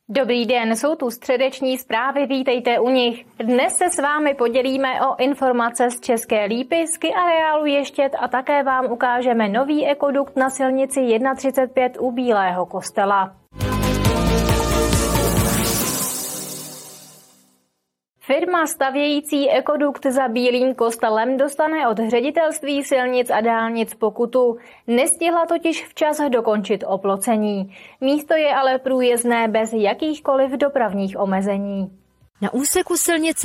Dobrý den, jsou tu středeční zprávy, vítejte u nich. Dnes se s vámi podělíme o informace z České Lípy, ski areálu Ještěd a také vám ukážeme nový ekodukt na silnici 135 u Bílého Kostela. Firma stavějící ekodukt za Bílým Kostelem dostane od Ředitelství silnic a dálnic pokutu. Nestihla totiž včas dokončit oplocení. Místo je ale průjezdné bez jakýchkoliv dopravních omezení. Na úseku silnice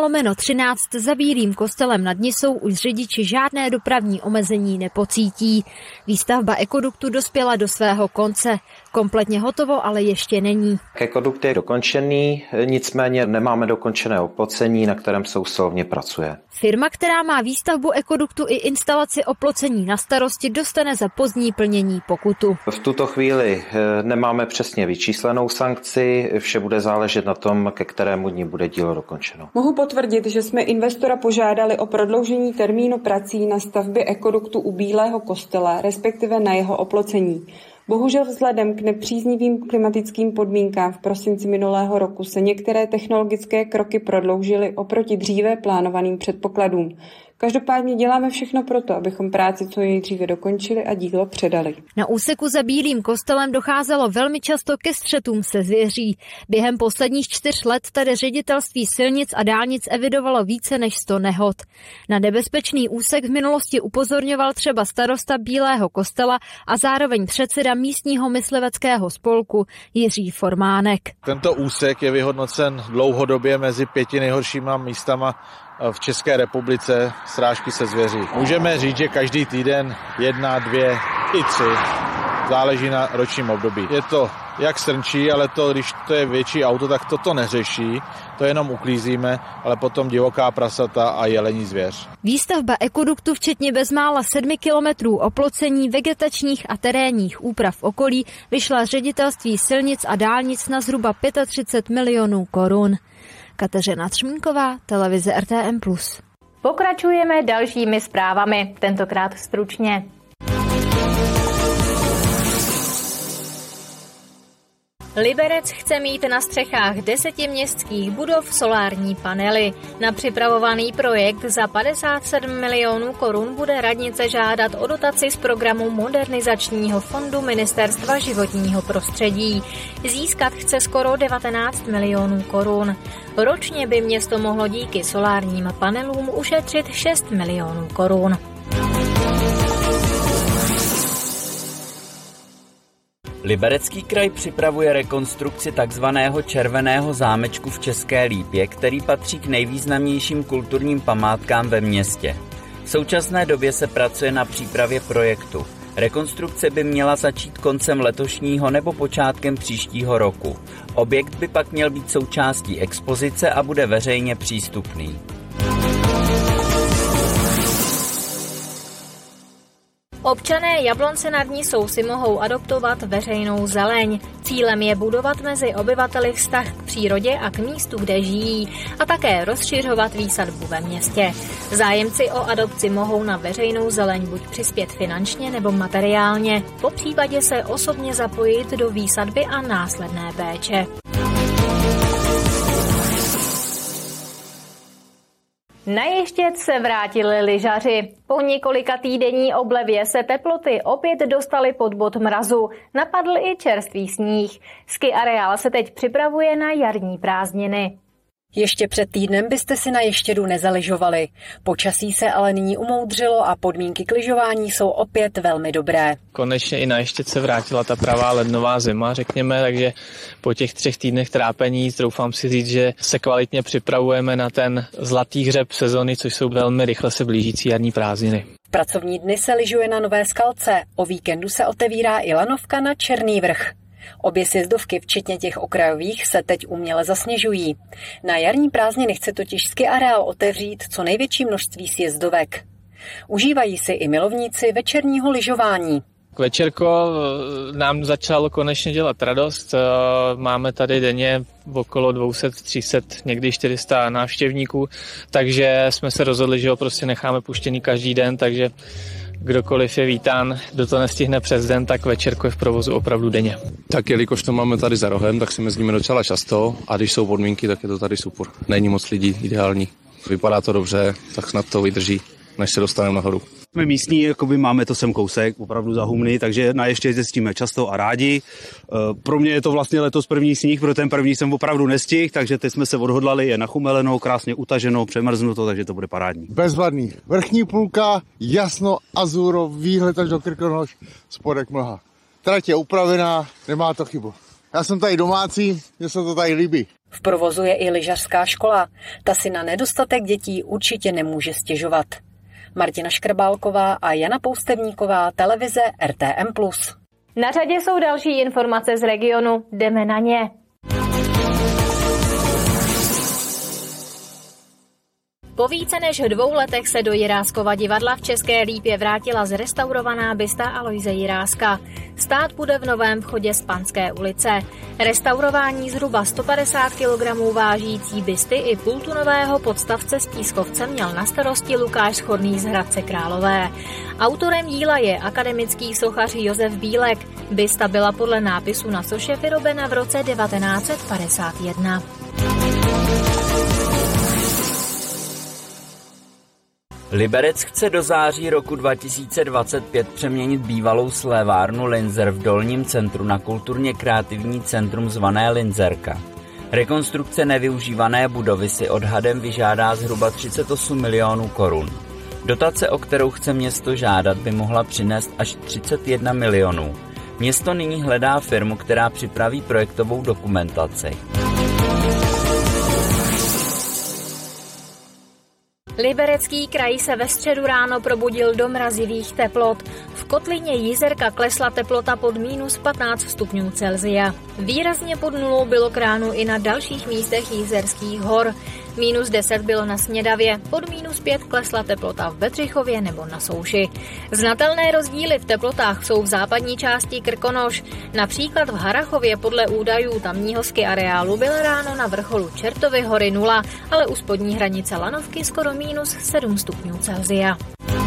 1/13 za Bílým Kostelem nad Nisou už řidiči žádné dopravní omezení nepocítí. Výstavba ekoduktu dospěla do svého konce. Kompletně hotovo ale ještě není. Ekodukt je dokončený, nicméně nemáme dokončené oplocení, na kterém se usilovně pracuje. Firma, která má výstavbu ekoduktu i instalaci oplocení na starosti, dostane za pozdní plnění pokutu. V tuto chvíli nemáme přesně vyčíslenou sankci, vše bude záležet na tom, ke kterému dni bude dílo dokončeno. Mohu potvrdit, že jsme investora požádali o prodloužení termínu prací na stavbě ekoduktu u Bílého Kostela, respektive na jeho oplocení. Bohužel vzhledem k nepříznivým klimatickým podmínkám v prosinci minulého roku se některé technologické kroky prodloužily oproti dříve plánovaným předpokladům. Každopádně děláme všechno proto, abychom práci co nejdříve dokončili a dílo předali. Na úseku za Bílým Kostelem docházelo velmi často ke střetům se zvěří. Během posledních 4 let tady Ředitelství silnic a dálnic evidovalo více než 100 nehod. Na nebezpečný úsek v minulosti upozorňoval třeba starosta Bílého Kostela a zároveň předseda místního mysliveckého spolku Jiří Formánek. Tento úsek je vyhodnocen dlouhodobě mezi 5 nejhoršíma místama v České republice srážky se zvěří. Můžeme říct, že každý týden 1, 2 i 3. Záleží na ročním období. Je to jak srnčí, ale když to je větší auto, tak to neřeší. To jenom uklízíme, ale potom divoká prasata a jelení zvěř. Výstavba ekoduktu včetně bezmála 7 kilometrů oplocení, vegetačních a terénních úprav v okolí vyšla Ředitelství silnic a dálnic na zhruba 35 milionů korun. Kateřina Třmínková, televize RTM+. Pokračujeme dalšími zprávami, tentokrát stručně. Liberec chce mít na střechách 10 městských budov solární panely. Na připravovaný projekt za 57 milionů korun bude radnice žádat o dotaci z programu Modernizačního fondu Ministerstva životního prostředí. Získat chce skoro 19 milionů korun. Ročně by město mohlo díky solárním panelům ušetřit 6 milionů korun. Liberecký kraj připravuje rekonstrukci takzvaného Červeného zámečku v České Lípě, který patří k nejvýznamnějším kulturním památkám ve městě. V současné době se pracuje na přípravě projektu. Rekonstrukce by měla začít koncem letošního nebo počátkem příštího roku. Objekt by pak měl být součástí expozice a bude veřejně přístupný. Občané Jablonce nad Nisou si mohou adoptovat veřejnou zeleň. Cílem je budovat mezi obyvateli vztah k přírodě a k místu, kde žijí, a také rozšiřovat výsadbu ve městě. Zájemci o adopci mohou na veřejnou zeleň buď přispět finančně nebo materiálně, popřípadě se osobně zapojit do výsadby a následné péče. Na Ještěd se vrátili lyžaři. Po několika týdenní oblevě se teploty opět dostaly pod bod mrazu. Napadl i čerstvý sníh. Ski areál se teď připravuje na jarní prázdniny. Ještě před týdnem byste si na Ještědu nezaližovali. Počasí se ale nyní umoudřilo a podmínky k lyžování jsou opět velmi dobré. Konečně i na Ještěd se vrátila ta pravá lednová zima, řekněme, takže po těch 3 týdnech trápení troufám si říct, že se kvalitně připravujeme na ten zlatý hřeb sezony, což jsou velmi rychle se blížící jarní prázdniny. V pracovní dny se lyžuje na Nové Skalce, o víkendu se otevírá i lanovka na Černý vrch. Obě sjezdovky, včetně těch okrajových, se teď uměle zasněžují. Na jarní prázdniny chce totiž ski areál otevřít co největší množství sjezdovek. Užívají si i milovníci večerního lyžování. Večerko nám začalo konečně dělat radost. Máme tady denně okolo 200, 300, někdy 400 návštěvníků, takže jsme se rozhodli, že ho prostě necháme puštěný každý den, takže kdokoliv je vítán, kdo to nestihne přes den, tak večerko je v provozu opravdu denně. Tak jelikož to máme tady za rohem, tak si jezdíme docela často a když jsou podmínky, tak je to tady super. Není moc lidí, ideální. Vypadá to dobře, tak snad to vydrží, než se dostaneme nahoru. Jsme místní, jakoby máme to sem kousek, opravdu za Humny, takže na ještě jezdíme často a rádi. Pro mě je to vlastně letos první sníh, protože ten první jsem opravdu nestihl, takže teď jsme se odhodlali, je nachumelenou, krásně utaženo, přemrznuto, takže to bude parádní. Bezvadný. Vrchní půlka, jasno, azuro, výhled až do Krkonoš, spodek mlha. Trať je upravená, nemá to chybu. Já jsem tady domácí, mně se to tady líbí. V provozu je i lyžařská škola. Ta si na nedostatek dětí určitě nemůže stěžovat. Martina Škrbálková a Jana Poustevníková, televize RTM+. Na řadě jsou další informace z regionu. Jdeme na ně. Po více než 2 letech se do Jiráskova divadla v České Lípě vrátila zrestaurovaná bysta Aloise Jiráska. Stát bude v Novém Vchodě z Panské ulice. Restaurování zhruba 150 kg vážící bysty i půltunového podstavce s pískovcem měl na starosti Lukáš Schodný z Hradce Králové. Autorem díla je akademický sochař Josef Bílek. Bysta byla podle nápisu na soše vyrobena v roce 1951. Liberec chce do září roku 2025 přeměnit bývalou slévárnu Linzer v Dolním centru na kulturně kreativní centrum zvané Linzerka. Rekonstrukce nevyužívané budovy si odhadem vyžádá zhruba 38 milionů korun. Dotace, o kterou chce město žádat, by mohla přinést až 31 milionů. Město nyní hledá firmu, která připraví projektovou dokumentaci. Liberecký kraj se ve středu ráno probudil do mrazivých teplot. V kotlině Jizerka klesla teplota pod -15 stupňů Celsia. Výrazně pod nulou bylo k ránu i na dalších místech Jizerských hor. -10 bylo na Snědavě, pod -5 klesla teplota v Bedřichově nebo na Souši. Znatelné rozdíly v teplotách jsou v západní části Krkonoš. Například v Harrachově podle údajů tamního ski areálu bylo ráno na vrcholu Čertovy hory 0, ale u spodní hranice Lanovky skoro -7 stupňů Celsia.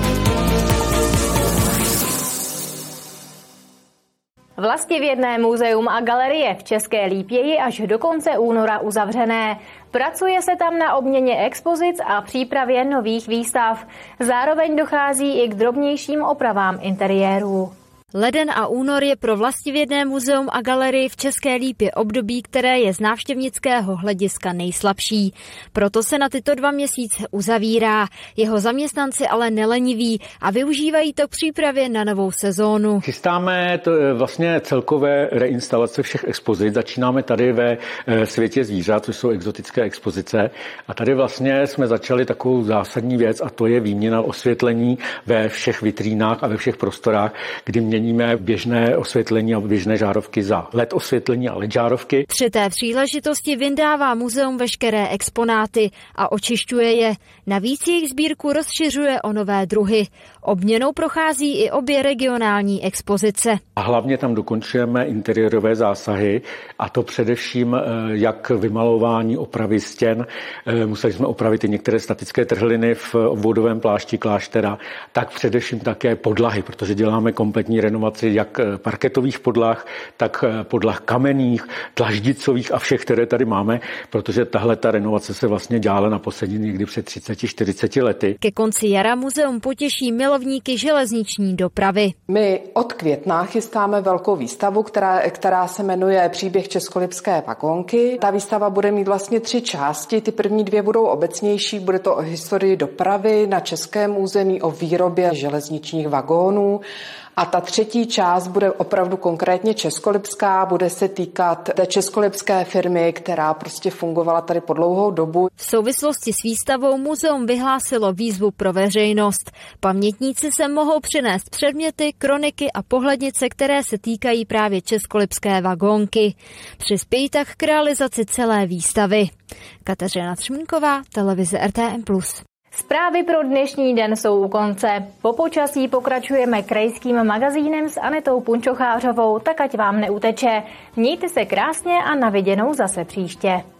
Vlastivědné muzeum a galerie v České Lípě je až do konce února uzavřené. Pracuje se tam na obměně expozic a přípravě nových výstav. Zároveň dochází i k drobnějším opravám interiérů. Leden a únor je pro Vlastivědné muzeum a galerii v České Lípě období, které je z návštěvnického hlediska nejslabší. Proto se na tyto 2 měsíce uzavírá. Jeho zaměstnanci ale neleniví a využívají to k přípravě na novou sezónu. Chystáme to vlastně celkové reinstalace všech expozic. Začínáme tady ve světě zvířat, což jsou exotické expozice. A tady vlastně jsme začali takovou zásadní věc a to je výměna osvětlení ve všech vitrínách a ve všech prostorách, kdy měníme běžné osvětlení a běžné žárovky za LED osvětlení a LED žárovky. Při té příležitosti vyndává muzeum veškeré exponáty a očišťuje je. Navíc jejich sbírku rozšiřuje o nové druhy. Obměnou prochází i obě regionální expozice. A hlavně tam dokončujeme interiérové zásahy a to především jak vymalování, opravy stěn. Museli jsme opravit i některé statické trhliny v obvodovém plášti kláštera, tak především také podlahy, protože děláme kompletní renovaci jak parketových podlah, tak podlah kamenných, tlaždicových a všech, které tady máme, protože tahle ta renovace se vlastně dělala naposledy někdy před 30-40 lety. Ke konci jara muzeum potěší milovníky železniční dopravy. My od května chystáme velkou výstavu, která se jmenuje Příběh českolipské vagónky. Ta výstava bude mít vlastně 3 části. Ty první 2 budou obecnější. Bude to o historii dopravy na českém území, o výrobě železničních vagónů. A ta 3. část bude opravdu konkrétně českolipská, bude se týkat té českolipské firmy, která prostě fungovala tady po dlouhou dobu. V souvislosti s výstavou muzeum vyhlásilo výzvu pro veřejnost. Pamětníci se mohou přinést předměty, kroniky a pohlednice, které se týkají právě českolipské vagónky. Přispějí tak k realizaci celé výstavy. Kateřina Třmínková, televize RTM+. Zprávy pro dnešní den jsou u konce. Po počasí pokračujeme krajským magazínem s Anetou Punčochářovou, tak ať vám neuteče. Mějte se krásně a na viděnou zase příště.